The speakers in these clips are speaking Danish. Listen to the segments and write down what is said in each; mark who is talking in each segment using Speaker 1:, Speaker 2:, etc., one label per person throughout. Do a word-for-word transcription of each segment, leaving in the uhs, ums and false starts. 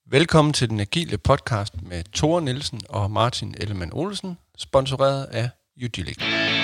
Speaker 1: Velkommen til den agile podcast med Tore Nielsen og Martin Ellemann Olsen, sponsoreret af Udilic.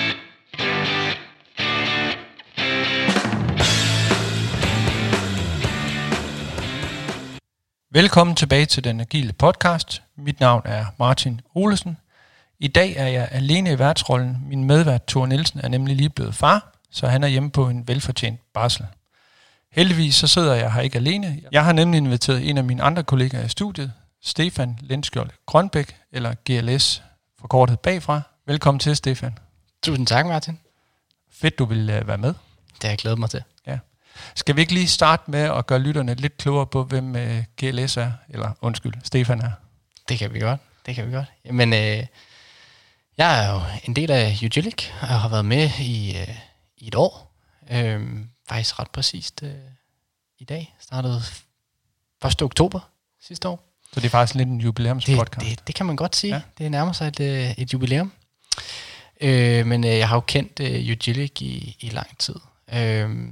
Speaker 1: Velkommen tilbage til den agile podcast. Mit navn er Martin Olsen. I dag er jeg alene i værtsrollen. Min medvært Tore Nielsen er nemlig lige blevet far, så han er hjemme på en velfortjent barsel. Heldigvis så sidder jeg her ikke alene. Jeg har nemlig inviteret en af mine andre kollegaer i studiet, Stefan Lindskjold Grønbæk, eller G L S, forkortet bagfra. Velkommen til, Stefan.
Speaker 2: Tusind tak, Martin.
Speaker 1: Fedt, du vil uh, være med.
Speaker 2: Det har jeg glædet mig til.
Speaker 1: Ja. Skal vi ikke lige starte med at gøre lytterne lidt klogere på, hvem uh, G L S er, eller undskyld, Stefan er?
Speaker 2: Det kan vi godt. Det kan vi godt. Jamen, øh, jeg er jo en del af Udilic, og har været med i, øh, i et år. Øh, faktisk ret præcist øh, i dag. Startede første oktober sidste år.
Speaker 1: Så det er faktisk lidt en jubilæumspodcast.
Speaker 2: Det, det, det kan man godt sige. Ja. Det nærmer sig et, et jubilæum. Øh, men øh, jeg har jo kendt øh, Udilic i, i lang tid. Øh,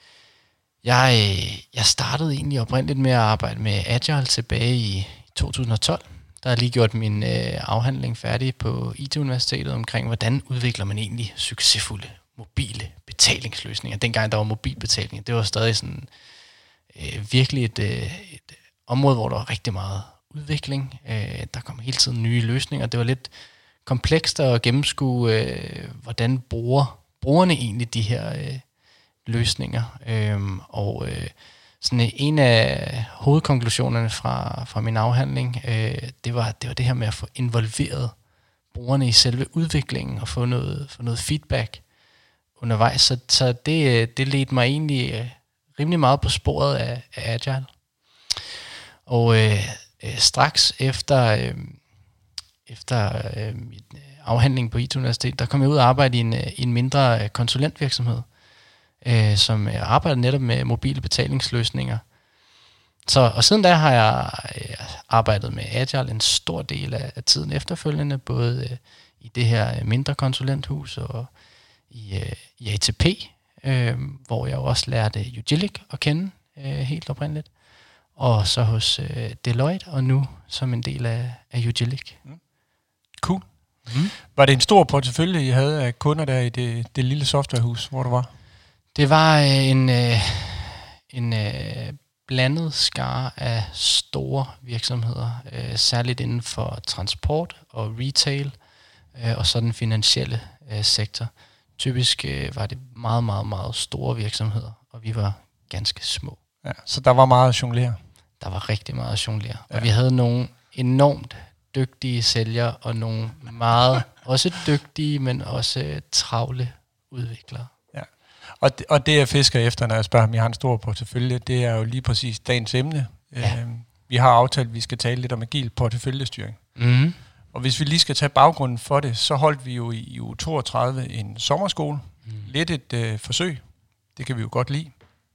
Speaker 2: jeg, jeg startede egentlig oprindeligt med at arbejde med Agile tilbage i to tusind og tolv. Der har jeg lige gjort min øh, afhandling færdig på I T-universitetet omkring, hvordan udvikler man egentlig succesfulde mobile betalingsløsninger. Dengang der var mobilbetaling, det var stadig sådan øh, virkelig et, øh, et område, hvor der var rigtig meget udvikling. Øh, der kom hele tiden nye løsninger. Det var lidt komplekst at gennemskue, øh, hvordan bruger brugerne egentlig de her øh, løsninger. Øh, og øh, sådan en af hovedkonklusionerne fra, fra min afhandling, øh, det, var, det var det her med at få involveret brugerne i selve udviklingen og få noget, få noget feedback undervejs. Så, så det, det ledte mig egentlig øh, rimelig meget på sporet af, af Agile. Og øh, øh, straks efter, øh, efter øh, min afhandling på I T-universitetet, der kom jeg ud og arbejde i en, i en mindre konsulentvirksomhed, øh, som arbejder netop med mobile betalingsløsninger. Så, og siden da har jeg øh, arbejdet med Agile en stor del af, af tiden efterfølgende, både øh, i det her mindre konsulenthus og i, øh, i A T P, øh, hvor jeg også lærte Udilic at kende øh, helt oprindeligt, og så hos øh, Deloitte, og nu som en del af, af Udilic.
Speaker 1: Mm. Cool. Mm. Var det en stor portefølje, I havde af kunder der i det, det lille softwarehus, hvor du var?
Speaker 2: Det var øh, en, øh, en øh, blandet skare af store virksomheder, øh, særligt inden for transport og retail, øh, og så den finansielle øh, sektor. Typisk øh, var det meget, meget, meget store virksomheder, og vi var ganske små.
Speaker 1: Ja, så der var meget at jonglere?
Speaker 2: Der var rigtig meget at jonglere.
Speaker 1: Ja.
Speaker 2: Og vi havde nogle enormt dygtige sælgere, og nogle meget også dygtige, men også travle udviklere.
Speaker 1: Ja. Og, det, og det jeg fisker efter, når jeg spørger, om jeg har en stor portefølje, det er jo lige præcis dagens emne. Ja. Øh, vi har aftalt, at vi skal tale lidt om agil porteføljestyring.
Speaker 2: Mm-hmm.
Speaker 1: Og hvis vi lige skal tage baggrunden for det, så holdt vi jo i uge toogtredive en sommerskole. Mm. Lidt et øh, forsøg. Det kan vi jo godt lide.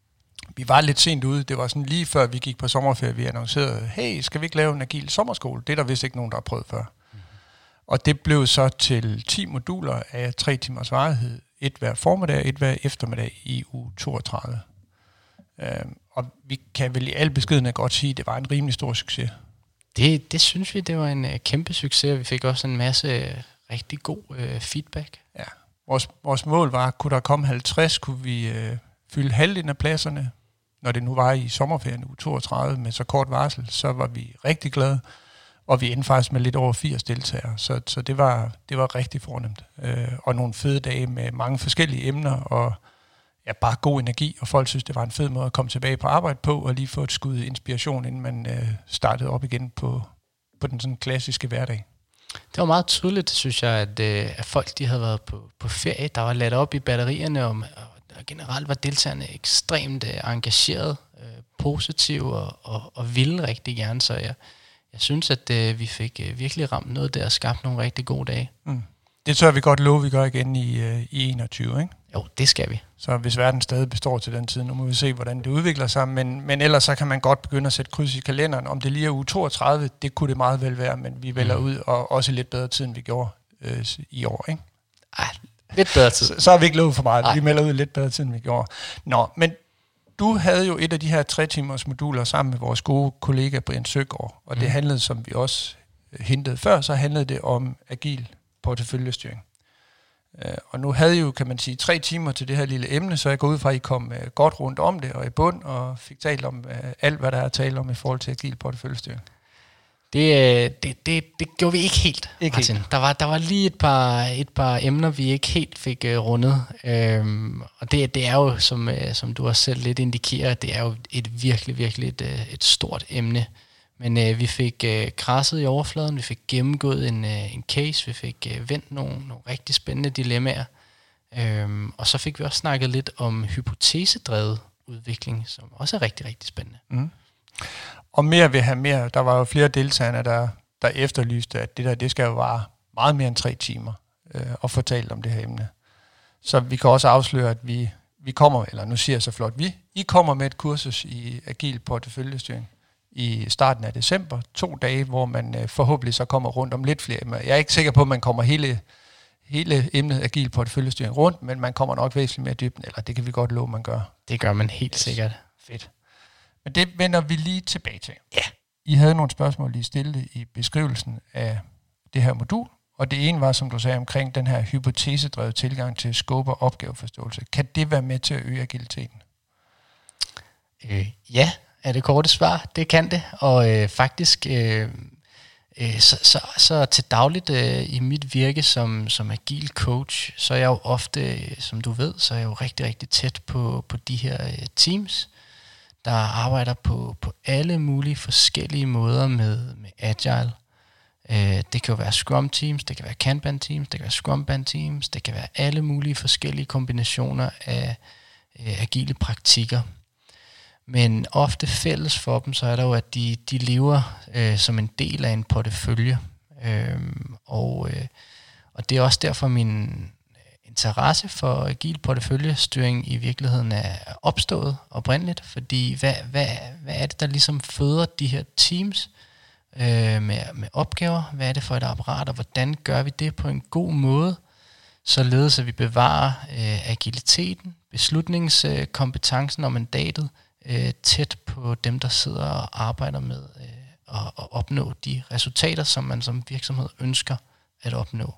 Speaker 1: Vi var lidt sent ude. Det var sådan lige før vi gik på sommerferie, vi annoncerede, hey, skal vi ikke lave en agil sommerskole? Det er der vist ikke nogen, der har prøvet før. Mm. Og det blev så til ti moduler af tre timers varighed. Et hver formiddag, et hver eftermiddag i uge toogtredive. Øhm, og vi kan vel i al beskedenhed godt sige, at det var en rimelig stor succes.
Speaker 2: Det, det synes vi, det var en uh, kæmpe succes. Vi fik også en masse uh, rigtig god uh, feedback.
Speaker 1: Ja. Vores, vores mål var, kunne der komme halvtreds, kunne vi uh, fylde halvdelen af pladserne. Når det nu var i sommerferien uge toogtredive med så kort varsel, så var vi rigtig glade. Og vi endte faktisk med lidt over firs deltagere. Så, så det, var, det var rigtig fornemt. Øh, og nogle fede dage med mange forskellige emner, og ja, bare god energi. Og folk synes, det var en fed måde at komme tilbage på arbejde på, og lige få et skud inspiration, inden man øh, startede op igen på, på den sådan klassiske hverdag.
Speaker 2: Det var meget tydeligt, synes jeg, at, øh, at folk de havde været på, på ferie. Der var ladt op i batterierne, og, og generelt var deltagerne ekstremt øh, engageret, øh, positive og, og, og ville rigtig gerne. Så jeg, jeg synes, at øh, vi fik øh, virkelig ramt noget der og skabt nogle rigtig gode dage.
Speaker 1: Mm. Det tør vi godt love, vi gør igen i, øh, i enogtyve, ikke?
Speaker 2: Jo, det skal vi.
Speaker 1: Så hvis verden stadig består til den tid, nu må vi se, hvordan det udvikler sig. Men, men ellers så kan man godt begynde at sætte kryds i kalenderen. Om det lige er uge toogtredive, det kunne det meget vel være, men vi vælger mm. ud, og også lidt bedre tid, end vi gjorde øh, i år, ikke?
Speaker 2: Ej, lidt bedre tid.
Speaker 1: Så, så har vi ikke lovet for meget.
Speaker 2: Ej.
Speaker 1: Vi melder ud lidt bedre tid, end vi gjorde. Nå, men du havde jo et af de her tre timers moduler sammen med vores gode kollega Brian Søgaard, og det mm. handlede, som vi også hintede før, så handlede det om agil porteføljestyring. Uh, og nu havde I jo, kan man sige, tre timer til det her lille emne, så jeg går ud fra, at I kom uh, godt rundt om det og i bund, og fik talt om uh, alt, hvad der er at tale om i forhold til agil porteføljestyring.
Speaker 2: Det, det, det, det gjorde vi ikke helt,
Speaker 1: ikke
Speaker 2: Martin.
Speaker 1: Helt.
Speaker 2: Der var, der var lige et par, et par emner, vi ikke helt fik uh, rundet. Øhm, og det, det er jo, som, uh, som du også selv lidt indikerer, det er jo et virkelig, virkelig et, uh, et stort emne. Men uh, vi fik uh, krasset i overfladen, vi fik gennemgået en, uh, en case, vi fik uh, vendt nogle, nogle rigtig spændende dilemmaer. Øhm, og så fik vi også snakket lidt om hypotesedrevet udvikling, som også er rigtig, rigtig spændende.
Speaker 1: Mm. Og mere vil have mere. Der var jo flere deltagere, der, der efterlyste, at det der, det skal jo vare meget mere end tre timer øh, og fortalt om det her emne. Så vi kan også afsløre, at vi, vi kommer, eller nu siger jeg så flot, vi, I kommer med et kursus i agil porteføljestyring i starten af december. To dage, hvor man øh, forhåbentlig så kommer rundt om lidt flere emner. Jeg er ikke sikker på, at man kommer hele, hele emnet agil porteføljestyring rundt, men man kommer nok væsentligt mere dybden, eller det kan vi godt love, man gør.
Speaker 2: Det gør man helt sikkert.
Speaker 1: Fedt. Men det vender vi lige tilbage til.
Speaker 2: Ja.
Speaker 1: I havde nogle spørgsmål, I stillede i beskrivelsen af det her modul, og det ene var, som du sagde, omkring den her hypotesedrevet tilgang til scope og opgaveforståelse. Kan det være med til at øge agiliteten?
Speaker 2: Øh, ja, er det korte svar. Det kan det, og øh, faktisk øh, øh, så, så, så til dagligt øh, i mit virke som, som agil coach, så er jeg jo ofte, som du ved, så er jeg jo rigtig, rigtig tæt på, på de her øh, teams, der arbejder på, på alle mulige forskellige måder med, med agile. Øh, det kan jo være Scrum Teams, det kan være Kanban Teams, det kan være Scrumban Teams, det kan være alle mulige forskellige kombinationer af øh, agile praktikker. Men ofte fælles for dem, så er der jo, at de, de lever øh, som en del af en portefølje. Øh, og, øh, og det er også derfor min interesse for agil porteføljestyring i virkeligheden er opstået oprindeligt, fordi hvad, hvad, hvad er det, der ligesom føder de her teams øh, med, med opgaver? Hvad er det for et apparat, og hvordan gør vi det på en god måde, således at vi bevarer øh, agiliteten, beslutningskompetencen og mandatet øh, tæt på dem, der sidder og arbejder med øh, at, at opnå de resultater, som man som virksomhed ønsker at opnå.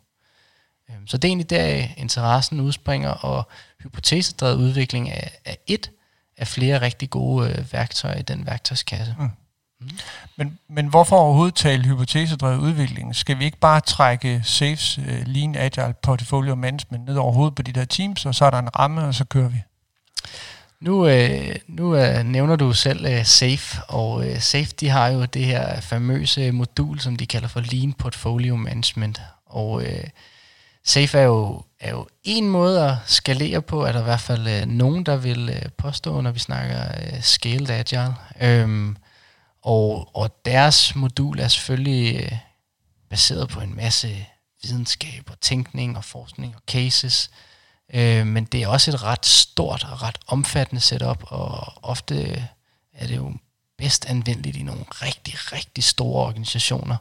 Speaker 2: Så det er egentlig der, interessen udspringer, og hypotesedrevet udvikling er, er et af flere rigtig gode øh, værktøjer i den værktøjskasse. Mm. Mm.
Speaker 1: Men, men hvorfor overhovedet tale hypotesedrevet udvikling? Skal vi ikke bare trække SAFE's uh, Lean Agile Portfolio Management ned over hovedet på de der teams, og så er der en ramme, og så kører vi?
Speaker 2: Nu, øh, nu øh, nævner du selv øh, SAFE, og øh, SAFE de har jo det her famøse modul, som de kalder for Lean Portfolio Management, og øh, SAFE er jo, er jo en måde at skalere på, er der i hvert fald øh, nogen, der vil øh, påstå, når vi snakker øh, Scaled Agile. Øhm, og, og deres modul er selvfølgelig øh, baseret på en masse videnskab og tænkning og forskning og cases. Øh, men det er også et ret stort og ret omfattende setup, og ofte er det jo bedst anvendeligt i nogle rigtig, rigtig store organisationer.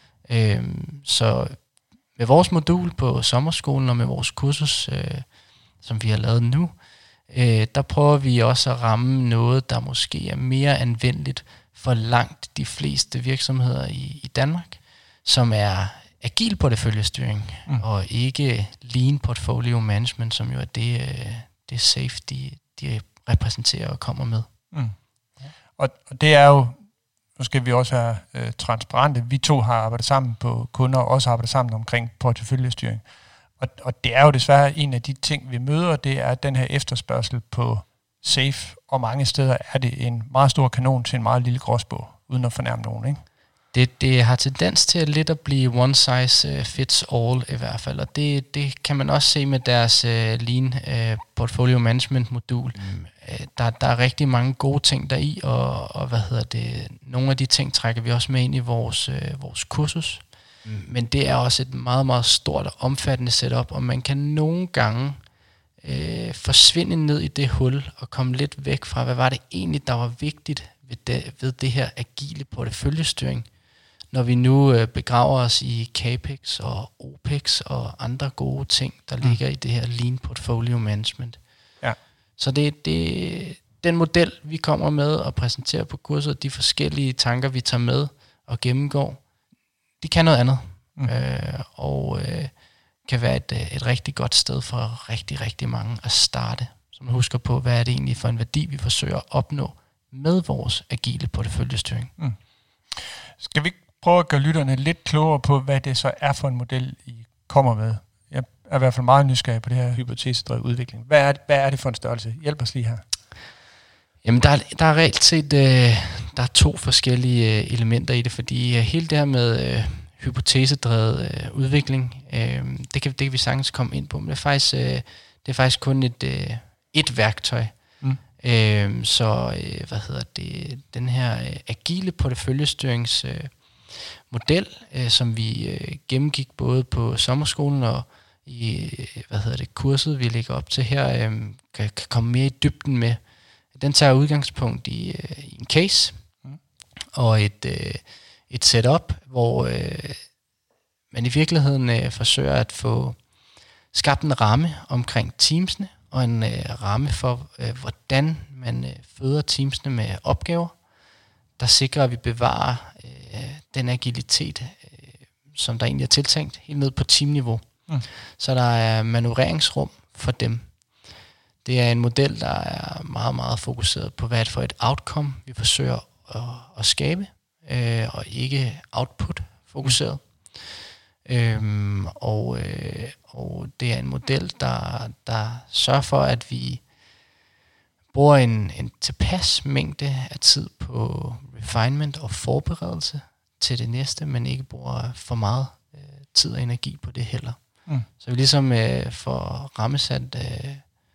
Speaker 2: Øh, så med vores modul på sommerskolen og med vores kursus, øh, som vi har lavet nu, øh, der prøver vi også at ramme noget, der måske er mere anvendeligt for langt de fleste virksomheder i, i Danmark, som er agil porteføljestyring, mm. og ikke lean portfolio management, som jo er det, øh, det SAFE, de, de repræsenterer og kommer med.
Speaker 1: Mm. Og, og det er jo, nu skal vi også være øh, transparente, vi to har arbejdet sammen på kunder, og også arbejdet sammen omkring porteføljestyring. Og, og det er jo desværre en af de ting, vi møder, det er den her efterspørgsel på SAFE, og mange steder er det en meget stor kanon til en meget lille gråsbog, uden at fornærme nogen, ikke?
Speaker 2: Det, det har tendens til at lidt at blive one size fits all i hvert fald, og det, det kan man også se med deres uh, Lean uh, Portfolio Management modul. Mm. Uh, der, der er rigtig mange gode ting deri, og, og hvad hedder det, nogle af de ting trækker vi også med ind i vores, uh, vores kursus. Mm. Men det er også et meget, meget stort og omfattende setup, og man kan nogle gange uh, forsvinde ned i det hul og komme lidt væk fra, hvad var det egentlig, der var vigtigt ved det, ved det her agile porteføljestyring, når vi nu øh, begraver os i CAPEX og OPEX og andre gode ting, der mm. ligger i det her Lean Portfolio Management.
Speaker 1: Ja.
Speaker 2: Så det, det, den model, vi kommer med og præsenterer på kurset, de forskellige tanker, vi tager med og gennemgår, de kan noget andet. Mm. Øh, og øh, kan være et, et rigtig godt sted for rigtig, rigtig mange at starte. Så man husker på, hvad er det egentlig for en værdi, vi forsøger at opnå med vores agile porteføljestyring. Mm.
Speaker 1: Skal vi prøve at gøre lytterne lidt klogere på, hvad det så er for en model, I kommer med? Jeg er i hvert fald meget nysgerrig på det her hypotesedrevet udvikling. Hvad er, det, hvad er det for en størrelse? Hjælp os lige her.
Speaker 2: Jamen, der er, der er reelt set øh, der er to forskellige øh, elementer i det, fordi øh, hele det her med øh, hypotesedrevet øh, udvikling, øh, det, kan, det kan vi sagtens komme ind på, men det er faktisk, øh, det er faktisk kun et, øh, et værktøj. Mm. Øh, så øh, hvad hedder det, den her øh, agile porteføljestyrings øh, model, øh, som vi øh, gennemgik både på sommerskolen og i øh, hvad hedder det, kurset, vi lægger op til her, øh, kan, kan komme mere i dybden med. Den tager udgangspunkt i, øh, i en case mm. og et, øh, et setup, hvor øh, man i virkeligheden øh, forsøger at få skabt en ramme omkring teamsene, og en øh, ramme for, øh, hvordan man øh, føder teamsene med opgaver, der sikrer, at vi bevarer øh, den agilitet, øh, som der egentlig er tiltænkt, helt ned på teamniveau. Mm. Så der er manøvreringsrum for dem. Det er en model, der er meget, meget fokuseret på, hvad er det for et outcome, vi forsøger at, at skabe, øh, og ikke output-fokuseret. Mm. Øhm, og, øh, og det er en model, der, der sørger for, at vi bruger en, en tilpas mængde af tid på refinement og forberedelse til det næste, men ikke bruger for meget øh, tid og energi på det heller. Mm. Så vi ligesom øh, får rammesat øh,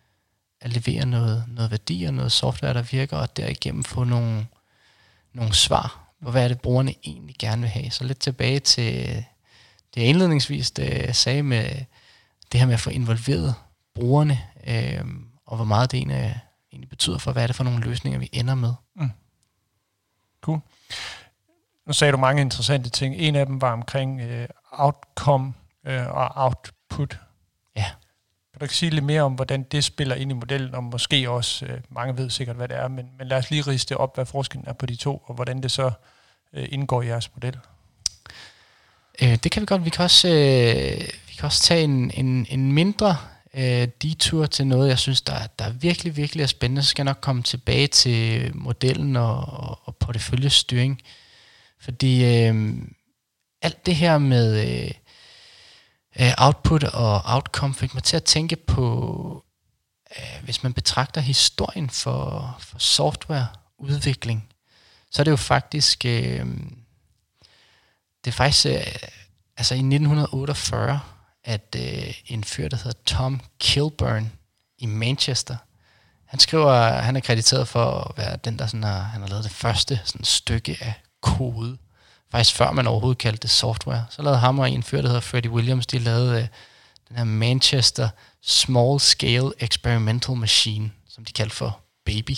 Speaker 2: at levere noget, noget værdi og noget software, der virker, og derigennem få nogle, nogle svar på, hvad er det, brugerne egentlig gerne vil have. Så lidt tilbage til det, jeg indledningsvis det, sagde med det her med at få involveret brugerne, øh, og hvor meget det egentlig, egentlig betyder for, hvad er det for nogle løsninger, vi ender med. Mm.
Speaker 1: Cool. Nu sagde du mange interessante ting. En af dem var omkring øh, outcome øh, og output.
Speaker 2: Ja.
Speaker 1: Kan du ikke sige lidt mere om, hvordan det spiller ind i modellen, og måske også, øh, mange ved sikkert, hvad det er, men, men lad os lige riste op, hvad forskellen er på de to, og hvordan det så øh, indgår i jeres model.
Speaker 2: Øh, det kan vi godt. Vi kan også, øh, vi kan også tage en, en, en mindre øh, detur til noget, jeg synes, der, der virkelig, virkelig er spændende. Så skal jeg nok komme tilbage til modellen og, og, og porteføljestyring. Fordi øh, alt det her med øh, output og outcome fik mig til at tænke på, øh, hvis man betragter historien for, for softwareudvikling, så er det jo faktisk, øh, det er faktisk øh, altså i nitten otteogfyrre, at øh, en fyr, der hedder Tom Kilburn i Manchester, han skriver, han er krediteret for at være den, der sådan har, han har lavet det første sådan stykke af kode, faktisk før man overhovedet kaldte det software. Så lavede ham og en fyr, der hedder Freddie Williams, de lavede øh, den her Manchester Small Scale Experimental Machine, som de kaldte for Baby.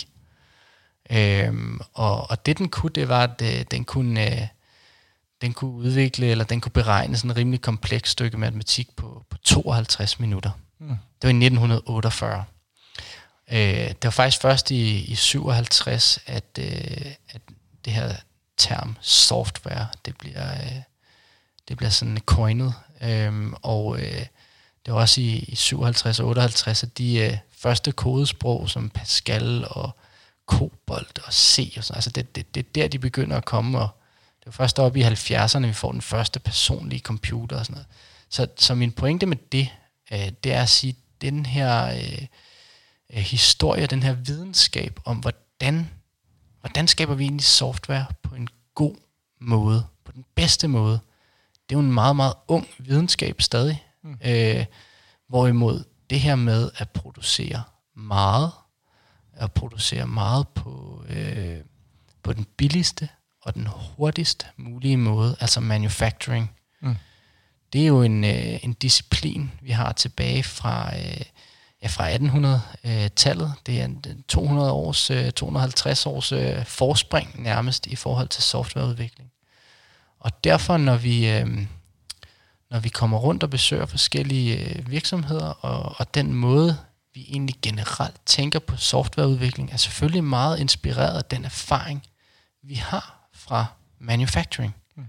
Speaker 2: Øhm, og, og det den kunne, det var, at øh, den, kunne, øh, den kunne udvikle, eller den kunne beregne sådan et rimelig komplekst stykke matematik på, på tooghalvtreds minutter. Mm. Det var i nitten otteogfyrre. Øh, det var faktisk først i, i syvoghalvtreds, at, øh, at det her term software, det bliver, øh, det bliver sådan coinet. Øhm, og øh, det var også i, i syvoghalvtreds og otteoghalvtreds, at de øh, første kodesprog, som Pascal og Kobolt og C, og sådan, altså det, det, det er der, de begynder at komme, og det var først oppe i halvfjerdserne, vi får den første personlige computer og sådan noget. Så, så min pointe med det, øh, det er at sige, den her øh, øh, historie, den her videnskab om, hvordan Hvordan skaber vi egentlig software på en god måde, på den bedste måde? Det er jo en meget, meget ung videnskab stadig. Mm. Øh, hvorimod det her med at producere meget, at producere meget på, øh, på den billigste og den hurtigst mulige måde, altså manufacturing, mm. det er jo en, øh, en disciplin, vi har tilbage fra... Øh, Ja, fra attenhundredetallet. Det er en to hundrede års, to hundrede og halvtreds års øh, forspring nærmest i forhold til softwareudvikling. Og derfor, når vi, øh, når vi kommer rundt og besøger forskellige øh, virksomheder, og, og den måde, vi egentlig generelt tænker på softwareudvikling, er selvfølgelig meget inspireret af den erfaring, vi har fra manufacturing. Mm.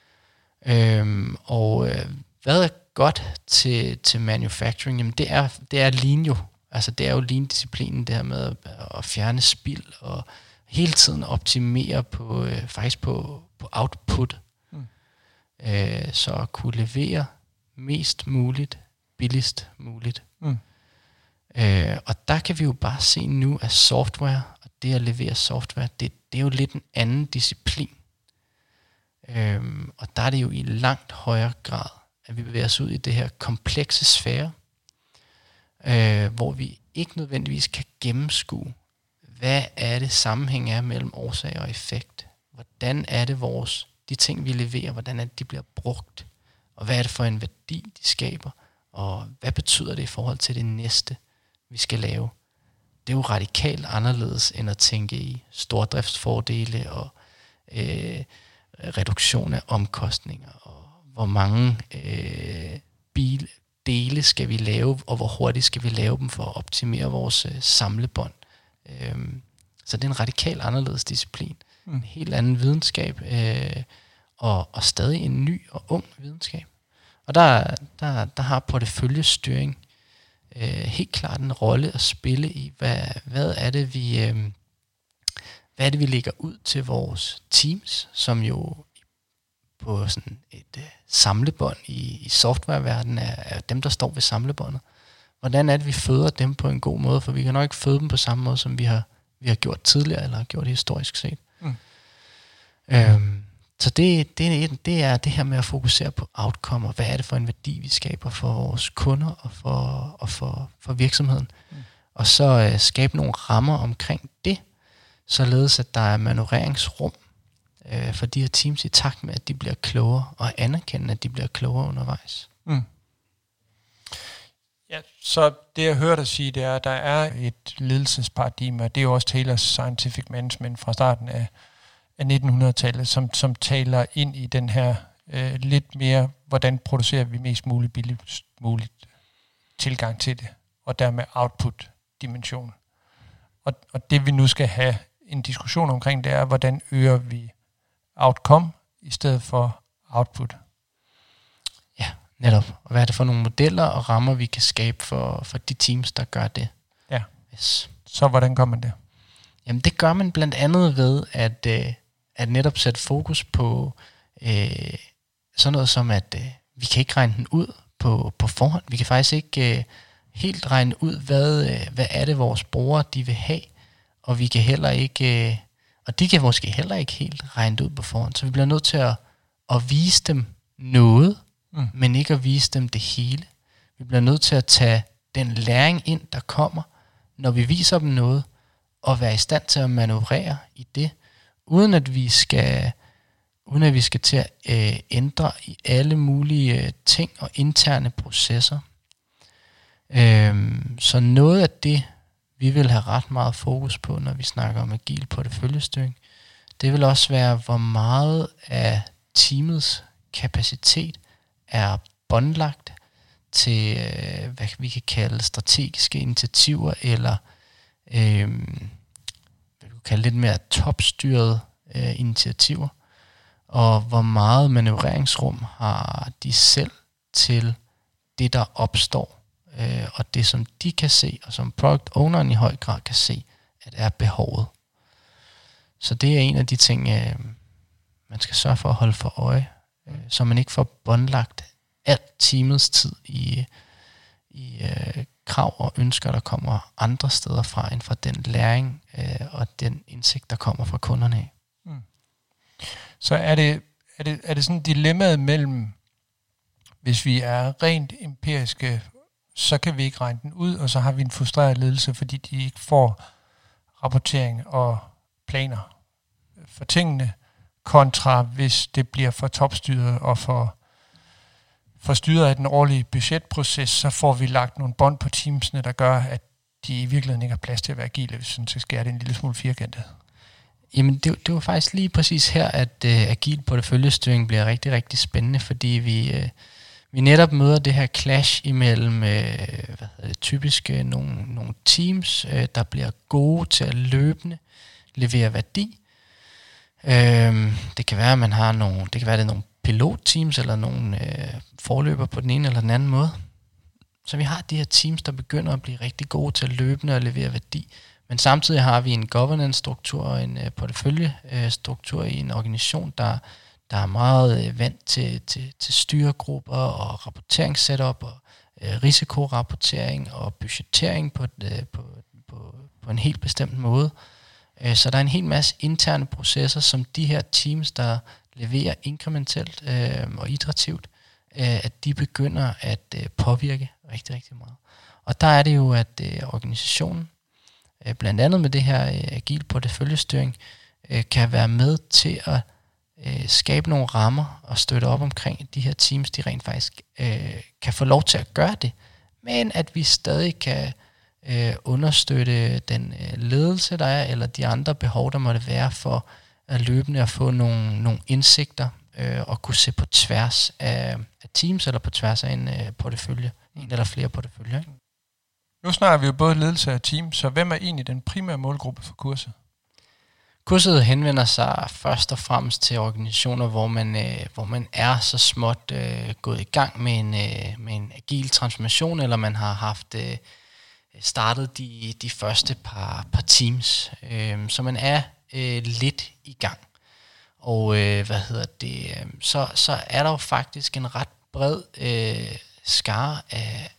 Speaker 2: Øhm, og øh, hvad er godt til, til manufacturing? Jamen det er, det er lean jo. Altså det er jo lean-disciplinen, det her med at, at fjerne spild og hele tiden optimere på, øh, faktisk på, på output. Mm. Øh, så at kunne levere mest muligt, billigst muligt. Mm. Øh, og der kan vi jo bare se nu, at software, og det at levere software, det, det er jo lidt en anden disciplin. Øh, og der er det jo i langt højere grad, at vi bevæger os ud i det her komplekse sfære, øh, hvor vi ikke nødvendigvis kan gennemskue, hvad er det sammenhæng er mellem årsag og effekt? Hvordan er det vores, de ting vi leverer, hvordan er det, de bliver brugt? Og hvad er det for en værdi, de skaber? Og hvad betyder det i forhold til det næste, vi skal lave? Det er jo radikalt anderledes end at tænke i stordriftsfordele og øh, reduktion af omkostninger, og hvor mange øh, bildele skal vi lave, og hvor hurtigt skal vi lave dem for at optimere vores øh, samlebånd. Øhm, så det er en radikalt anderledes disciplin. Mm. En helt anden videnskab, øh, og, og stadig en ny og ung videnskab. Og der, der, der har porteføljestyring øh, helt klart en rolle at spille i, hvad, hvad er det vi øh, hvad er det vi lægger ud til vores teams, som jo på sådan et øh, samlebånd i, i softwareverdenen er, er dem, der står ved samlebåndet. Hvordan er det, vi føder dem på en god måde, for vi kan nok ikke føde dem på samme måde, som vi har, vi har gjort tidligere, eller har gjort historisk set. Mm. Øhm, så det, det, det er det her med at fokusere på outcome, og hvad er det for en værdi, vi skaber for vores kunder og for, og for, for virksomheden. Mm. Og så øh, skabe nogle rammer omkring det, således at der er manøvreringsrum øh, for de her teams i takt med, at de bliver klogere, og anerkende, at de bliver klogere undervejs. Mm.
Speaker 1: Ja, så det jeg hører dig sige, det er, at der er et ledelsesparadigme, og det er jo også Taylors Scientific Management fra starten af, af nitten hundrede-tallet, som, som taler ind i den her øh, lidt mere, hvordan producerer vi mest muligt, billigst muligt tilgang til det, og dermed output-dimensionen. Og, og det vi nu skal have en diskussion omkring, det er, hvordan øger vi outcome i stedet for output.
Speaker 2: Ja, netop. Og hvad er det for nogle modeller og rammer, vi kan skabe for, for de teams, der gør det?
Speaker 1: Ja.
Speaker 2: Yes.
Speaker 1: Så hvordan gør man det?
Speaker 2: Jamen det gør man blandt andet ved at, øh, at netop sætte fokus på øh, sådan noget som, at øh, vi kan ikke regne den ud på, på forhånd. Vi kan faktisk ikke øh, helt regne ud, hvad, øh, hvad er det, vores brugere de vil have. Og vi kan heller ikke, øh, og de kan måske heller ikke helt regne det ud på forhånd. Så vi bliver nødt til at, at vise dem noget, mm. men ikke at vise dem det hele. Vi bliver nødt til at tage den læring ind, der kommer, når vi viser dem noget, og være i stand til at manøvrere i det, uden at vi skal, uden at vi skal til at øh, ændre i alle mulige øh, ting og interne processer. Øhm, så noget af det, vi vil have ret meget fokus på, når vi snakker om agil porteføljestyring, det vil også være, hvor meget af teamets kapacitet er båndlagt til, øh, hvad vi kan kalde strategiske initiativer, eller øh, hvad du kan kalde lidt mere topstyrede øh, initiativer, og hvor meget manøvreringsrum har de selv til det, der opstår, øh, og det, som de kan se, og som product owneren i høj grad kan se, at er behovet. Så det er en af de ting, øh, man skal sørge for at holde for øje, øh, så man ikke får båndlagt alt teamets tid i, i øh, krav og ønsker, der kommer andre steder fra, end fra den læring øh, og den indsigt, der kommer fra kunderne af. Mm.
Speaker 1: Så er det, er det, er det sådan et dilemma mellem, hvis vi er rent empiriske, så kan vi ikke regne den ud, og så har vi en frustreret ledelse, fordi de ikke får rapportering og planer for tingene, kontra hvis det bliver for topstyret og for, for styret af den årlige budgetproces, så får vi lagt nogle bånd på teamsene, der gør, at de i virkeligheden ikke har plads til at være agile, hvis sådan så skærer det en lille smule firkantet.
Speaker 2: Jamen det, det var faktisk lige præcis her, at uh, agil porteføljestyring bliver rigtig, rigtig spændende, fordi vi, uh, vi netop møder det her clash imellem øh, hvad hedder det, typisk øh, nogle, nogle teams, øh, der bliver gode til at løbende levere værdi. Øh, det kan være, at man har nogle, det kan være, det er nogle pilotteams eller nogle øh, forløber på den ene eller den anden måde. Så vi har de her teams, der begynder at blive rigtig gode til at løbende og levere værdi. Men samtidig har vi en governance-struktur og en øh, portefølje-struktur i en organisation, der, der er meget øh, vant til, til, til styregrupper og rapporteringssetup og øh, risikorapportering og budgettering på, øh, på, på, på en helt bestemt måde. Øh, så der er en hel masse interne processer, som de her teams, der leverer inkrementelt øh, og iterativt, øh, at de begynder at øh, påvirke rigtig, rigtig meget. Og der er det jo, at øh, organisationen, øh, blandt andet med det her øh, agile porteføljestyring, øh, kan være med til at øh, skabe nogle rammer og støtte op omkring de her teams, de rent faktisk øh, kan få lov til at gøre det, men at vi stadig kan øh, understøtte den øh, ledelse, der er, eller de andre behov, der måtte være for at løbende at få nogle, nogle indsigter øh, og kunne se på tværs af, af teams eller på tværs af en øh, portefølje, en eller flere porteføljer.
Speaker 1: Nu snakker vi jo både ledelse af team, så hvem er egentlig den primære målgruppe for kurset?
Speaker 2: Kurset henvender sig først og fremmest til organisationer, hvor man, øh, hvor man er så småt øh, gået i gang med en, øh, med en agil transformation, eller man har haft øh, startet de, de første par, par teams. Øh, så man er øh, lidt i gang. Og øh, hvad hedder det? Øh, så, så er der jo faktisk en ret bred øh, skare af,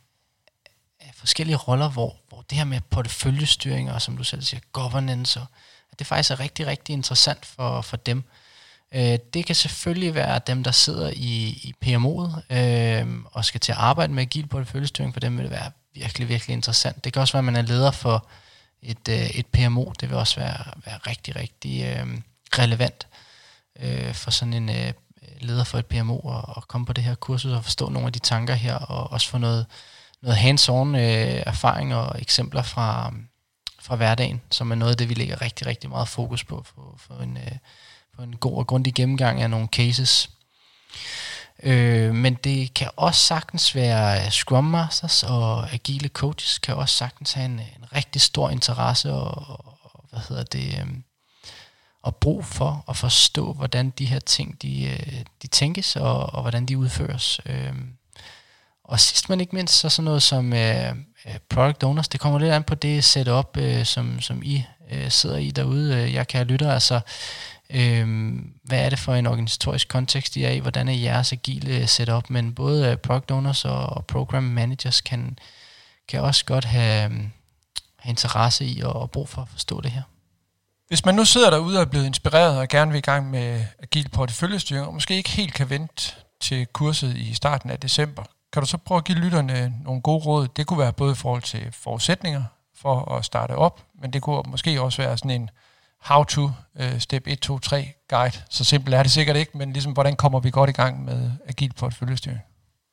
Speaker 2: af forskellige roller, hvor, hvor det her med porteføljestyring og som du selv siger, governance, og, at det faktisk er rigtig, rigtig interessant for, for dem. Øh, det kan selvfølgelig være dem, der sidder i, i P M O'et øh, og skal til at arbejde med agil porteføljestyring. For dem vil det være virkelig, virkelig interessant. Det kan også være, at man er leder for et, øh, et P M O. Det vil også være, være rigtig, rigtig øh, relevant øh, for sådan en øh, leder for et P M O at, at komme på det her kursus og forstå nogle af de tanker her, og også få noget, noget hands-on øh, erfaring og eksempler fra, fra hverdagen, som er noget af det, vi lægger rigtig, rigtig meget fokus på for, for, en, øh, for en god og grundig gennemgang af nogle cases. Øh, men det kan også sagtens være Scrum Masters og agile coaches kan også sagtens have en, en rigtig stor interesse og, og hvad hedder det øh, og brug for at forstå, hvordan de her ting de, øh, de tænkes og, og hvordan de udføres. Øh, og sidst men ikke mindst så sådan noget som øh, product owners. Det kommer lidt an på det setup øh, som som I øh, sidder i derude. Jeg kan lytte altså. Øhm, hvad er det for en organisatorisk kontekst, I er i? Hvordan er jeres agile setup? Men både product owners og, og program managers kan, kan også godt have, have interesse i og, og brug for at forstå det her.
Speaker 1: Hvis man nu sidder derude og er blevet inspireret og gerne vil i gang med agil porteføljestyring, og måske ikke helt kan vente til kurset i starten af december, kan du så prøve at give lytterne nogle gode råd? Det kunne være både i forhold til forudsætninger for at starte op, men det kunne måske også være sådan en how-to, uh, step et, to, tre guide. Så simpelt er det sikkert ikke, men ligesom, hvordan kommer vi godt i gang med agil porteføljestyring?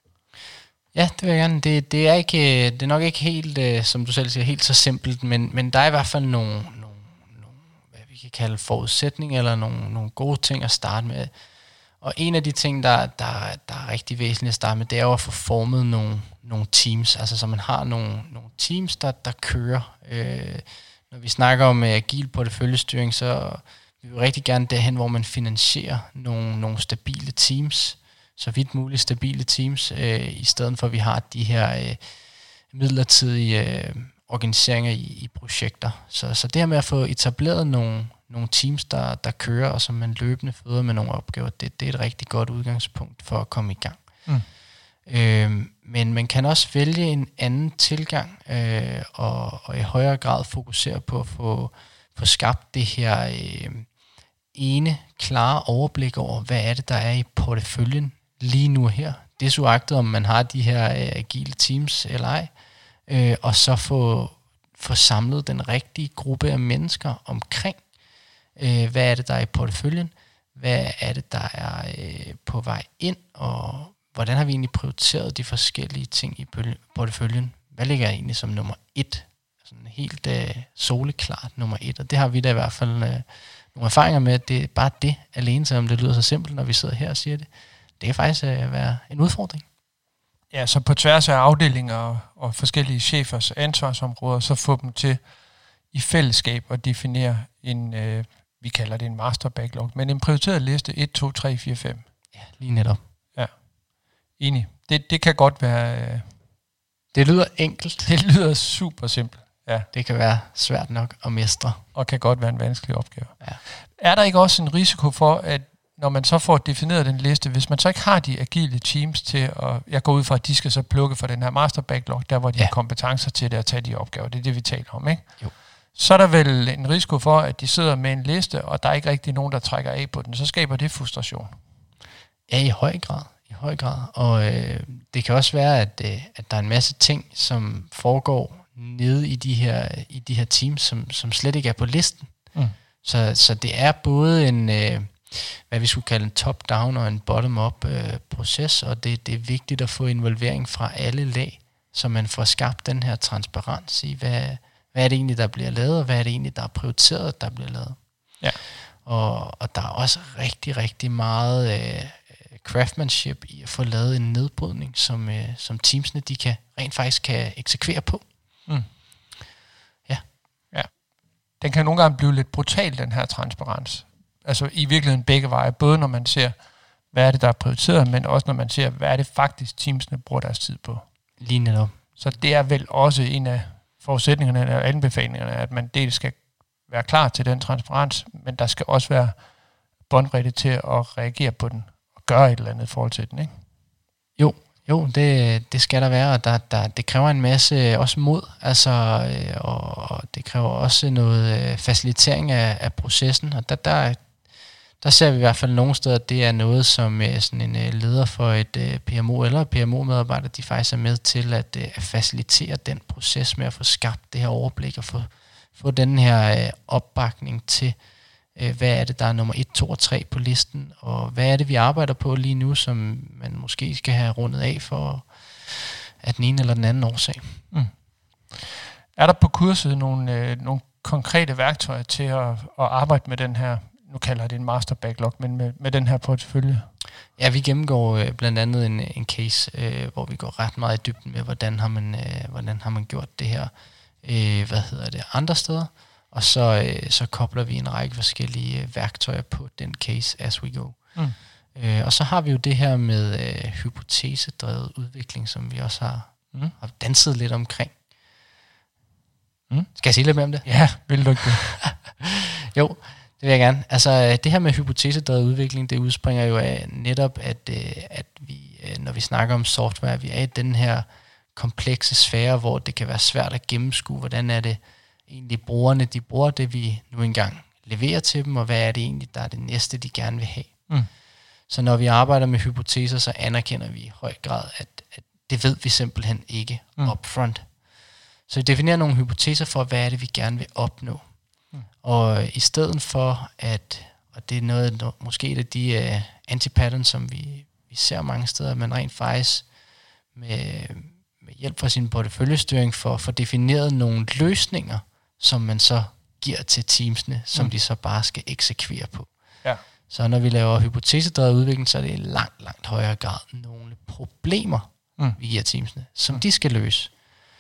Speaker 2: Ja, det vil jeg gerne. Det, det, er, ikke, det er nok ikke helt, uh, som du selv siger, helt så simpelt, men, men der er i hvert fald nogle, nogle, nogle hvad vi kan kalde forudsætninger, eller nogle, nogle gode ting at starte med. Og en af de ting, der, der, der er rigtig væsentligt at starte med, det er jo at få formet nogle, nogle teams. Altså, så man har nogle, nogle teams, der, der kører. Øh, Når vi snakker om uh, agil porteføljestyring, så vil vi rigtig gerne derhen, hvor man finansierer nogle, nogle stabile teams, så vidt muligt stabile teams, øh, i stedet for at vi har de her øh, midlertidige øh, organiseringer i, i projekter. Så, så det her med at få etableret nogle, nogle teams, der, der kører, og som man løbende føder med nogle opgaver, det, det er et rigtig godt udgangspunkt for at komme i gang. Mm. Øh, men man kan også vælge en anden tilgang øh, og, og i højere grad fokusere på at få, få skabt det her øh, ene klare overblik over, hvad er det, der er i porteføljen lige nu her. Det er så agtet, om man har de her øh, agile teams eller ej, øh, og så få, få samlet den rigtige gruppe af mennesker omkring, øh, hvad er det, der er i porteføljen, hvad er det, der er øh, på vej ind, og hvordan har vi egentlig prioriteret de forskellige ting i porteføljen? Hvad ligger egentlig som nummer et? Sådan helt øh, soleklart nummer et. Og det har vi da i hvert fald øh, nogle erfaringer med, at det er bare det alene, selvom det lyder så simpelt, når vi sidder her og siger det. Det kan faktisk øh, være en udfordring.
Speaker 1: ja, så på tværs af afdelinger og, og forskellige chefers ansvarsområder, så få dem til i fællesskab at definere en, øh, vi kalder det en master backlog, men en prioriteret liste et, to, tre, fire, fem.
Speaker 2: Ja, lige netop.
Speaker 1: Ja, enig. Det, det kan godt være... Øh,
Speaker 2: det lyder enkelt.
Speaker 1: Det lyder super simpelt. Ja.
Speaker 2: Det kan være svært nok at mestre.
Speaker 1: Og kan godt være en vanskelig opgave.
Speaker 2: Ja.
Speaker 1: Er der ikke også en risiko for, at når man så får defineret den liste, hvis man så ikke har de agile teams til at, jeg går ud fra, at de skal så plukke for den her master backlog, der hvor de ja. har kompetencer til det at tage de opgaver, det er det, vi taler om, ikke?
Speaker 2: Jo.
Speaker 1: Så er der vel en risiko for, at de sidder med en liste, og der er ikke rigtig nogen, der trækker af på den, så skaber det frustration.
Speaker 2: Ja, i høj grad. I høj grad. Og øh, det kan også være, at, øh, at der er en masse ting, som foregår nede i de her, i de her teams, som, som slet ikke er på listen. Mm. Så, så det er både en... Øh, hvad vi skulle kalde en top-down og en bottom-up øh, proces, og det, det er vigtigt at få involvering fra alle lag, så man får skabt den her transparens i, hvad, hvad er det egentlig, der bliver lavet, og hvad er det egentlig, der er prioriteret, der bliver lavet.
Speaker 1: Ja.
Speaker 2: Og, og der er også rigtig, rigtig meget øh, craftsmanship i at få lavet en nedbrydning, som, øh, som teamsene de kan, rent faktisk kan eksekvere på.
Speaker 1: Mm.
Speaker 2: Ja.
Speaker 1: Ja. Den kan nogle gange blive lidt brutal, den her transparens. Altså i virkeligheden begge veje, både når man ser, hvad er det, der er prioriteret, men også når man ser, hvad er det faktisk, teamsene bruger deres tid på.
Speaker 2: Lige netop.
Speaker 1: Så det er vel også en af forudsætningerne og anbefalingerne, at man dels skal være klar til den transparens, men der skal også være båndbredde til at reagere på den og gøre et eller andet i forhold til den, ikke?
Speaker 2: Jo, jo, det, det skal der være, og der, der, det kræver en masse også mod, altså, øh, og det kræver også noget øh, facilitering af, af processen, og der, der Der ser vi i hvert fald nogle steder, at det er noget, som øh, sådan en øh, leder for et øh, P M O eller P M O-medarbejder, de faktisk er med til at, øh, at facilitere den proces med at få skabt det her overblik og få, få den her øh, opbakning til, øh, hvad er det, der er nummer et, to og tre på listen, og hvad er det, vi arbejder på lige nu, som man måske skal have rundet af for at den ene eller den anden årsag.
Speaker 1: Mm. Er der på kurset nogle, øh, nogle konkrete værktøjer til at, at arbejde med den her, nu kalder jeg det en master backlog, men med, med den her portefølje?
Speaker 2: Ja, vi gennemgår øh, blandt andet en, en case, øh, hvor vi går ret meget i dybden med, hvordan har man, øh, hvordan har man gjort det her, øh, hvad hedder det, andre steder, og så, øh, så kobler vi en række forskellige øh, værktøjer på den case as we go. Mm. Øh, og så har vi jo det her med øh, hypotesedrevet udvikling, som vi også har, mm. har danset lidt omkring. Mm. Skal jeg sige lidt mere om det?
Speaker 1: Ja, vil du ikke det?
Speaker 2: Jo, det vil jeg gerne. Altså det her med hypotesedrevet udvikling, det udspringer jo af netop, at, at vi, når vi snakker om software, vi er i den her komplekse sfære, hvor det kan være svært at gennemskue, hvordan er det egentlig brugerne, de bruger det, vi nu engang leverer til dem, og hvad er det egentlig, der er det næste, de gerne vil have. Mm. Så når vi arbejder med hypoteser, så anerkender vi i høj grad, at, at det ved vi simpelthen ikke mm. upfront. Så vi definerer nogle hypoteser for, hvad er det, vi gerne vil opnå. Mm. Og i stedet for at, og det er noget, måske et af de uh, anti-patterns, som vi, vi ser mange steder, men rent faktisk med, med hjælp fra sin porteføljestyring for at få defineret nogle løsninger, som man så giver til teamsene, som mm. de så bare skal eksekvere på. Ja. Så når vi laver hypotesedrevet udvikling, så er det i langt, langt højere grad nogle problemer, mm. vi giver teamsene, som mm. de skal løse.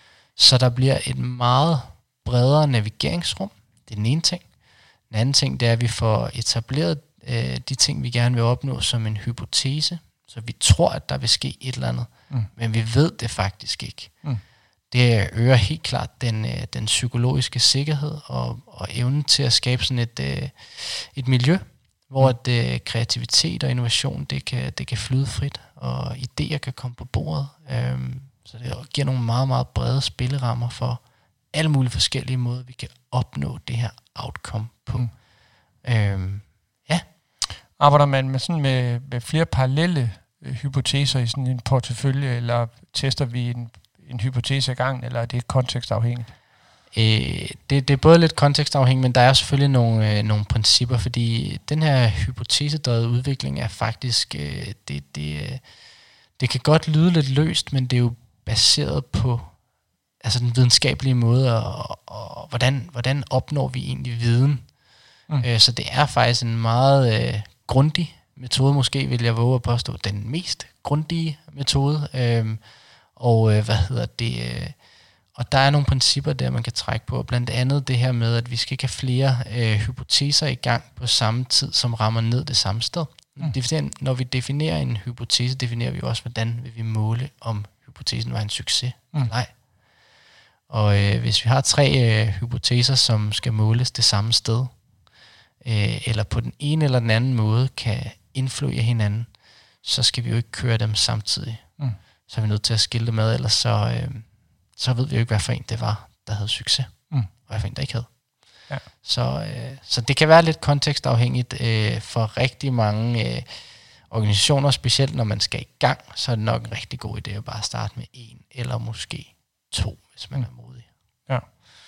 Speaker 2: Så der bliver et meget bredere navigeringsrum. Det er den ene ting. Den anden ting, det er, at vi får etableret øh, de ting, vi gerne vil opnå som en hypotese. Så vi tror, at der vil ske et eller andet, mm. men vi ved det faktisk ikke. Mm. Det øger helt klart den, øh, den psykologiske sikkerhed og, og evnen til at skabe sådan et, øh, et miljø, hvor mm. at, øh, kreativitet og innovation, det kan, det kan flyde frit, og idéer kan komme på bordet. Øhm, så det giver nogle meget, meget brede spillerammer for alle mulige forskellige måder, vi kan opnå det her outcome på. Mm. Øhm, ja.
Speaker 1: Arbejder man med, sådan med, med flere parallelle øh, hypoteser i sådan en portefølje, eller tester vi en, en hypotese ad gangen, eller er det kontekstafhængigt?
Speaker 2: Øh, det, det er både lidt kontekstafhængigt, men der er selvfølgelig nogle, øh, nogle principper, fordi den her hypotesedrevet udvikling er faktisk, øh, det, det, øh, det kan godt lyde lidt løst, men det er jo baseret på altså den videnskabelige måde, og, og, og hvordan, hvordan opnår vi egentlig viden. Mm. Øh, så det er faktisk en meget øh, grundig metode, måske vil jeg våge at påstå, den mest grundige metode. Øhm, og øh, hvad hedder det? Øh, og der er nogle principper der, man kan trække på. Blandt andet det her med, at vi skal ikke have flere øh, hypoteser i gang på samme tid, som rammer ned det samme sted. Mm. Når vi definerer en hypotese, definerer vi også, hvordan vil vi måle, om hypotesen var en succes. Mm. Nej. Og øh, hvis vi har tre øh, hypoteser, som skal måles det samme sted, øh, eller på den ene eller den anden måde kan influere hinanden, så skal vi jo ikke køre dem samtidig. Mm. Så er vi nødt til at skille dem ad, ellers så, øh, så ved vi jo ikke, hvad for en det var, der havde succes, mm. og hvad for en der ikke havde. Ja. Så, øh, så det kan være lidt kontekstafhængigt øh, for rigtig mange øh, organisationer, specielt når man skal i gang, så er det nok en rigtig god idé at bare starte med en eller måske to, hvis man mm. er modig.
Speaker 1: Ja.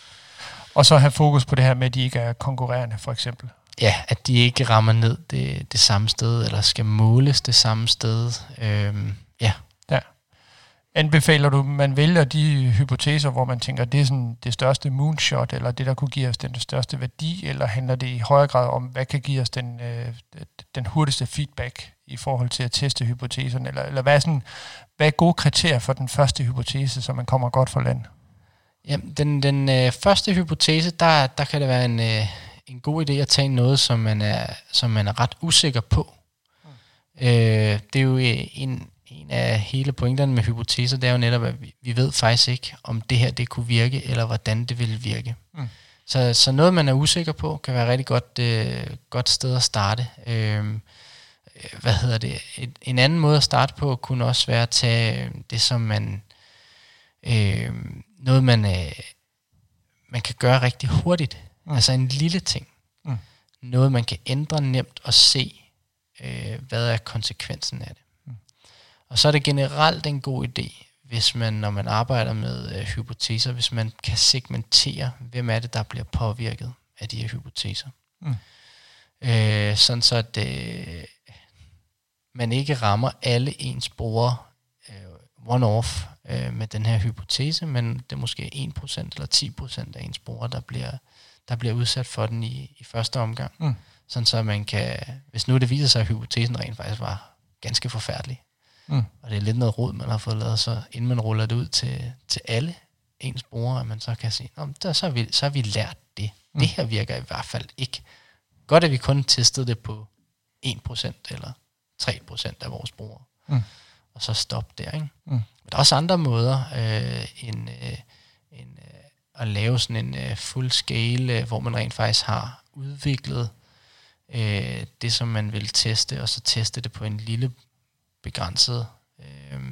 Speaker 1: Og så have fokus på det her med, at de ikke er konkurrerende, for eksempel.
Speaker 2: Ja, at de ikke rammer ned det, det samme sted, eller skal måles det samme sted. Øhm, ja.
Speaker 1: Ja. Anbefaler du, man vælger de hypoteser, hvor man tænker, det er sådan det største moonshot, eller det, der kunne give os den største værdi, eller handler det i højere grad om, hvad kan give os den, øh, den hurtigste feedback i forhold til at teste hypoteserne, eller, eller hvad, er sådan, hvad er gode kriterier for den første hypotese, så man kommer godt for land?
Speaker 2: Ja, den, den øh, første hypotese, der, der kan det være en, øh, en god idé at tage noget, som man er, som man er ret usikker på. Mm. Øh, det er jo en, en af hele pointerne med hypoteser, det er jo netop, at vi, vi ved faktisk ikke, om det her det kunne virke, eller hvordan det ville virke. Mm. Så, så noget, man er usikker på, kan være et rigtig godt, øh, godt sted at starte. Øh, hvad hedder det? Et, en anden måde at starte på, kunne også være at tage det, som man... Øh, noget, man, øh, man kan gøre rigtig hurtigt. Mm. Altså en lille ting. Mm. Noget, man kan ændre nemt og se, øh, hvad er konsekvensen af det. Mm. Og så er det generelt en god idé, hvis man, når man arbejder med øh, hypoteser, hvis man kan segmentere, hvem er det, der bliver påvirket af de her hypoteser. Mm. Øh, sådan så, at øh, man ikke rammer alle ens brugere øh, one-off øh, med den her hypotese, men det er måske en procent eller ti procent af ens brugere, der bliver, der bliver udsat for den i, i første omgang. Mm. Sådan så man kan, hvis nu det viser sig, at hypotesen rent faktisk var ganske forfærdelig, mm. og det er lidt noget rod, man har fået lavet, så inden man ruller det ud til, til alle ens brugere, at man så kan sige, der, så, har vi, så har vi lært det. Mm. Det her virker i hvert fald ikke. Godt, at vi kun testede det på en procent eller tre procent af vores brugere. Mm. Og så stop der, ikke? Mm. Men der er også andre måder øh, end, øh, end øh, at lave sådan en øh, full scale, øh, hvor man rent faktisk har udviklet øh, det, som man vil teste, og så teste det på en lille begrænset øh,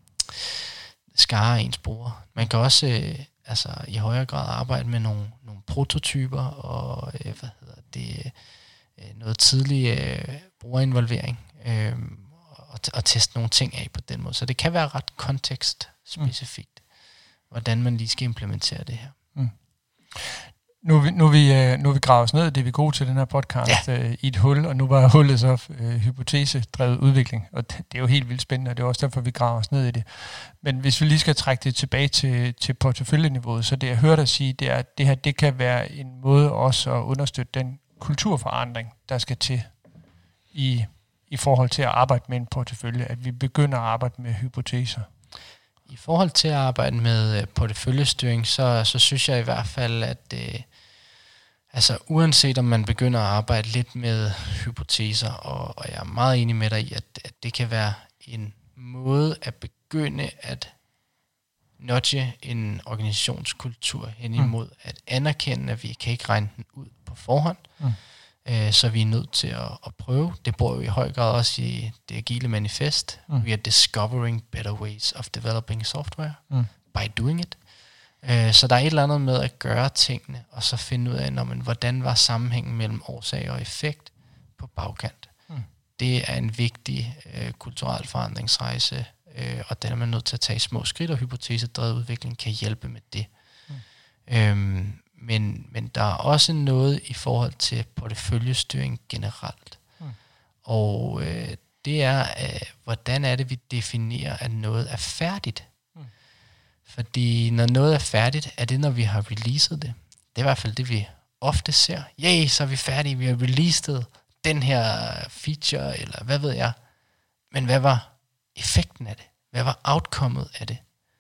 Speaker 2: skare af ens brugere. Man kan også øh, altså, i højere grad arbejde med nogle, nogle prototyper og øh, hvad hedder det, øh, noget tidlig øh, brugerinvolvering. Øh, Og, t- og teste nogle ting af på den måde. Så det kan være ret kontekstspecifikt, mm. hvordan man lige skal implementere det her. Mm.
Speaker 1: Nu, vi, nu, vi, nu vi graver os ned, det er vi gode til den her podcast, ja. øh, i et hul, og nu var hullet så øh, hypotese-drevet udvikling, og det, det er jo helt vildt spændende, og det er også derfor, vi graver os ned i det. Men hvis vi lige skal trække det tilbage til, til porteføljeniveauet, så det jeg hørte dig sige, det er, at det her det kan være en måde også at understøtte den kulturforandring, der skal til i i forhold til at arbejde med en portefølje, at vi begynder at arbejde med hypoteser?
Speaker 2: I forhold til at arbejde med porteføljestyring, så, så synes jeg i hvert fald, at øh, altså uanset om man begynder at arbejde lidt med hypoteser, og, og jeg er meget enig med dig i, at, at det kan være en måde at begynde at nudge en organisationskultur hen imod mm. at anerkende, at vi kan ikke regne den ud på forhånd, mm. så vi er nødt til at, at prøve. Det bor jo i høj grad også i det agile manifest. Mm. We are discovering better ways of developing software mm. by doing it. Uh, så der er et eller andet med at gøre tingene, og så finde ud af, når man, hvordan var sammenhængen mellem årsag og effekt på bagkant. Mm. Det er en vigtig uh, kulturel forandringsrejse, uh, og den er man nødt til at tage i små skridt, og hypotesedrevet udvikling kan hjælpe med det. Mm. Um, Men, men der er også noget i forhold til porteføljestyring generelt. Mm. Og øh, det er, øh, hvordan er det, vi definerer, at noget er færdigt. Mm. Fordi når noget er færdigt, er det, når vi har releaset det. Det er i hvert fald det, vi ofte ser. Yay, så er vi færdige, vi har releaset den her feature, eller hvad ved jeg. Men hvad var effekten af det? Hvad var outcomet af det?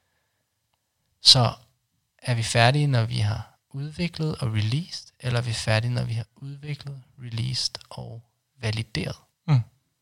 Speaker 2: Så er vi færdige, når vi har udviklet og released, eller er vi færdige, når vi har udviklet, released og valideret? Mm.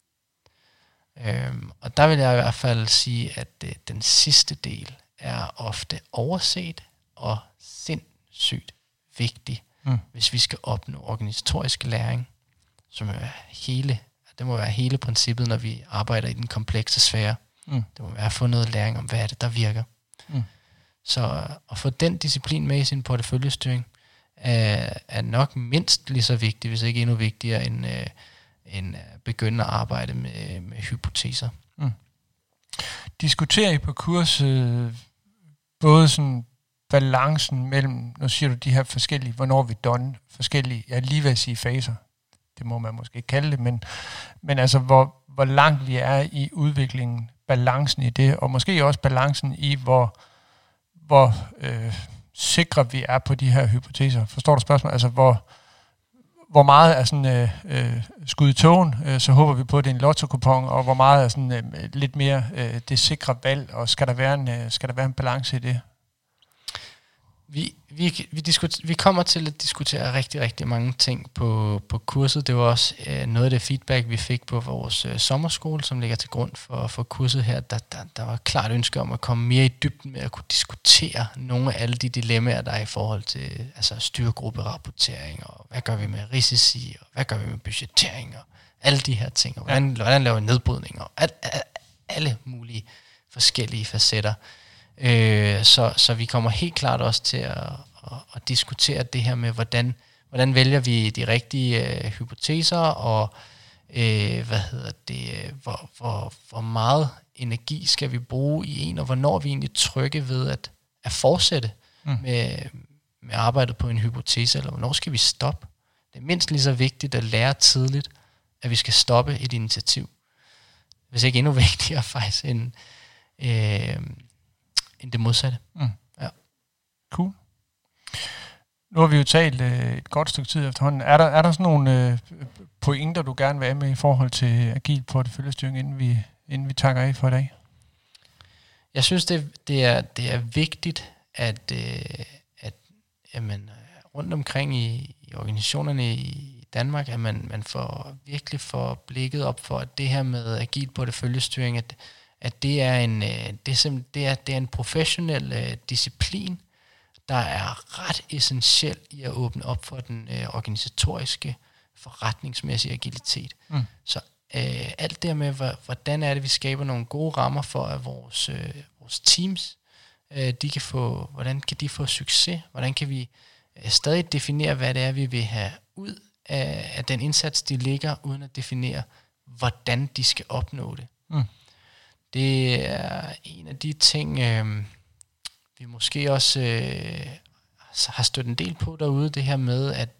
Speaker 2: Øhm, og der vil jeg i hvert fald sige, at øh, den sidste del er ofte overset og sindssygt vigtig, mm. hvis vi skal opnå organisatorisk læring, som er hele, det må være hele princippet, når vi arbejder i den komplekse sfære. Mm. Det må være at få noget læring om, hvad er det, der virker. Mm. Så at få den disciplin med i sin porteføljestyring er, er nok mindst lige så vigtigt, hvis ikke endnu vigtigere, end, øh, end at begynde at arbejde med, med hypoteser. Mm.
Speaker 1: Diskuterer I på kurset både sådan balancen mellem, nu siger du de her forskellige, hvornår vi done forskellige, jeg lige vil sige faser, det må man måske kalde det, men, men altså hvor, hvor langt vi er i udviklingen, balancen i det, og måske også balancen i, hvor, hvor øh, sikre vi er på de her hypoteser. Forstår du spørgsmålet? Altså hvor, hvor meget er sådan øh, øh, skud i tågen, øh, så håber vi på, at det er en lotto-kupon, og hvor meget er sådan øh, lidt mere øh, det sikre valg, og skal der være en, øh, skal der være en balance i det?
Speaker 2: Vi, vi, vi, diskuter, vi kommer til at diskutere rigtig, rigtig mange ting på, på kurset. Det var også øh, noget af det feedback, vi fik på vores øh, sommerskole, som ligger til grund for, for kurset her. Der, der, der var klart ønske om at komme mere i dybden med at kunne diskutere nogle af alle de dilemmaer, der er i forhold til altså styregruppe-rapportering, og hvad gør vi med risici, og hvad gør vi med budgettering, og alle de her ting, og hvordan, ja. hvordan laver vi nedbrydning, og al, al, alle mulige forskellige facetter. Øh, så, så vi kommer helt klart også til at, at, at diskutere det her med, hvordan, hvordan vælger vi de rigtige øh, hypoteser, og øh, hvad hedder det, hvor, hvor, hvor meget energi skal vi bruge i en, og hvornår er vi egentlig trygge ved at, at fortsætte mm. med, med arbejdet på en hypotese, eller hvornår skal vi stoppe? Det er mindst lige så vigtigt at lære tidligt, at vi skal stoppe et initiativ. Hvis ikke endnu vigtigere faktisk end øh, end det modsatte. Mm. Ja.
Speaker 1: Cool. Nu har vi jo talt øh, et godt stykke tid efterhånden. Er der, er der sådan nogle øh, pointer, du gerne vil have med i forhold til agil porteføljestyring, inden vi, inden vi takker af for i dag?
Speaker 2: Jeg synes, det, det, er, det er vigtigt, at, øh, at jamen, rundt omkring i, i organisationerne i Danmark, at man, man får virkelig får blikket op for, at det her med agil porteføljestyring, at at det er en det er simpelthen det er det er en professionel øh, disciplin, der er ret essentiel i at åbne op for den øh, organisatoriske, forretningsmæssige agilitet. Mm. Så øh, alt det med hvordan er det vi skaber nogle gode rammer for at vores øh, vores teams øh, de kan få hvordan kan de få succes, hvordan kan vi øh, stadig definere hvad det er vi vil have ud af, af den indsats de ligger, uden at definere hvordan de skal opnå det. Mm. Det er en af de ting, øh, vi måske også øh, har stødt en del på derude, det her med, at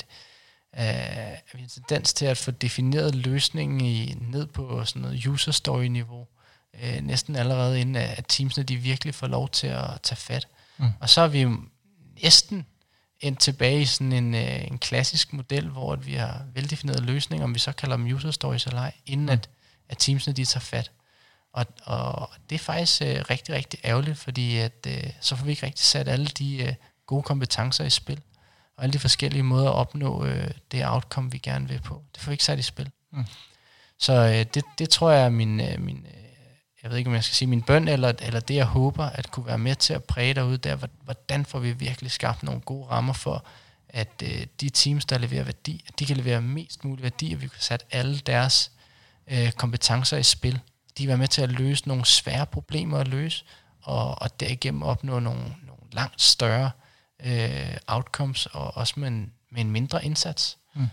Speaker 2: øh, vi har tendens til at få defineret løsningen i, ned på sådan noget user story-niveau, øh, næsten allerede inden at teamsene de virkelig får lov til at tage fat. Mm. Og så er vi jo næsten endt tilbage i sådan en, øh, en klassisk model, hvor vi har veldefinerede løsninger, om vi så kalder dem user stories eller ej, inden mm. at, at teamsene de tager fat. Og, og det er faktisk øh, rigtig, rigtig ærgerligt, fordi at, øh, så får vi ikke rigtig sat alle de øh, gode kompetencer i spil, og alle de forskellige måder at opnå øh, det outcome, vi gerne vil på. Det får vi ikke sat i spil. Mm. Så øh, det, det tror jeg er min, øh, min øh, jeg ved ikke, om jeg skal sige min bøn, eller, eller det, jeg håber, at kunne være med til at præge derude, der, hvordan får vi virkelig skabt nogle gode rammer for, at øh, de teams, der leverer værdi, at de kan levere mest mulig værdi, og vi kan sætte alle deres øh, kompetencer i spil. De vil være med til at løse nogle svære problemer at løse, og, og derigennem opnå nogle, nogle langt større øh, outcomes, og også med en, med en mindre indsats. Mm.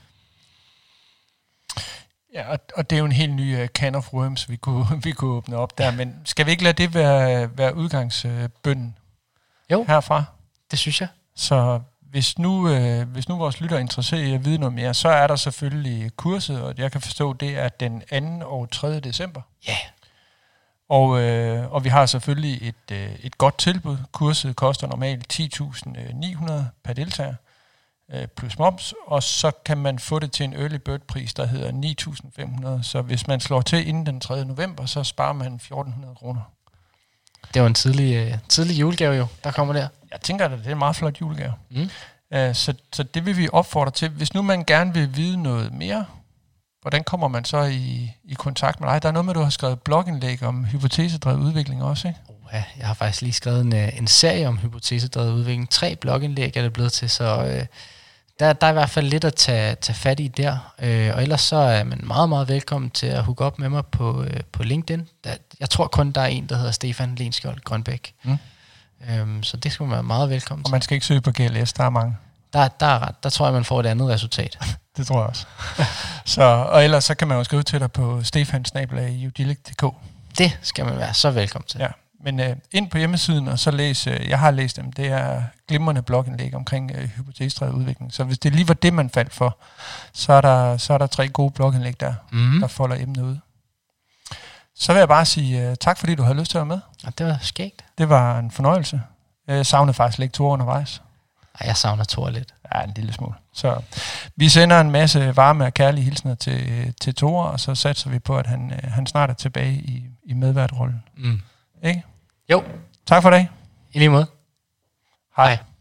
Speaker 1: Ja, og, og det er jo en helt ny uh, can of worms, vi kunne, vi kunne åbne op der, men skal vi ikke lade det være, være udgangsbønnen
Speaker 2: jo,
Speaker 1: herfra?
Speaker 2: Det synes jeg.
Speaker 1: Så hvis nu, øh, hvis nu vores lytter er interesseret i at vide noget mere, så er der selvfølgelig kurset, og jeg kan forstå, det er den anden og tredje december.
Speaker 2: Ja. Yeah.
Speaker 1: Og, øh, og vi har selvfølgelig et, øh, et godt tilbud. Kurset koster normalt ti tusind ni hundrede per deltager. øh, plus moms, og så kan man få det til en early bird pris, der hedder ni tusind fem hundrede. Så hvis man slår til inden den tredje november, så sparer man fjorten hundrede kroner.
Speaker 2: Det var en tidlig, øh, tidlig julegave jo, der kommer der.
Speaker 1: Jeg tænker, at det er en meget flot julegave.
Speaker 2: Mm.
Speaker 1: Uh, så, så det vil vi opfordre til. Hvis nu man gerne vil vide noget mere, hvordan kommer man så i, i kontakt med dig? Der er noget med, at du har skrevet blogindlæg om hypotesedrevet udvikling også, ikke?
Speaker 2: Ja, jeg har faktisk lige skrevet en, en serie om hypotesedrevet udvikling. Tre blogindlæg er det blevet til, så øh, der, der er i hvert fald lidt at tage, tage fat i der. Øh, og ellers så er man meget, meget velkommen til at hooke op med mig på, øh, på LinkedIn. Der, jeg tror kun, der er en, der hedder Stefan Lenskjold Grønbæk. Mm. Øhm, så det skal man være meget velkommen til.
Speaker 1: Og man skal ikke søge på G L S, der er mange.
Speaker 2: Der, der er ret. Der tror jeg, man får et andet resultat.
Speaker 1: Det tror jeg også. så, og ellers så kan man jo skrive til dig på stefan snabel-a udilic punktum d k.
Speaker 2: Det skal man være så velkommen til.
Speaker 1: Ja. Men øh, ind på hjemmesiden, og så læs, øh, jeg har læst dem, det er glimrende blogindlæg omkring øh, hypotesdrevet udvikling. Så hvis det lige var det, man faldt for, så er der, så er der tre gode blogindlæg der, mm. der folder emnet ud. Så vil jeg bare sige uh, tak, fordi du havde lyst til at være med.
Speaker 2: Ja, det var skægt.
Speaker 1: Det var en fornøjelse. Jeg savnede faktisk lektorer undervejs.
Speaker 2: Ej, jeg savner Thor lidt.
Speaker 1: Ja, en lille smule. Så vi sender en masse varme og kærlige hilsner til, til Thor, og så satser vi på, at han, han snart er tilbage i, i medværtrollen. Mm. Ikke?
Speaker 2: Jo.
Speaker 1: Tak for det.
Speaker 2: I lige måde.
Speaker 1: Hej. Hej.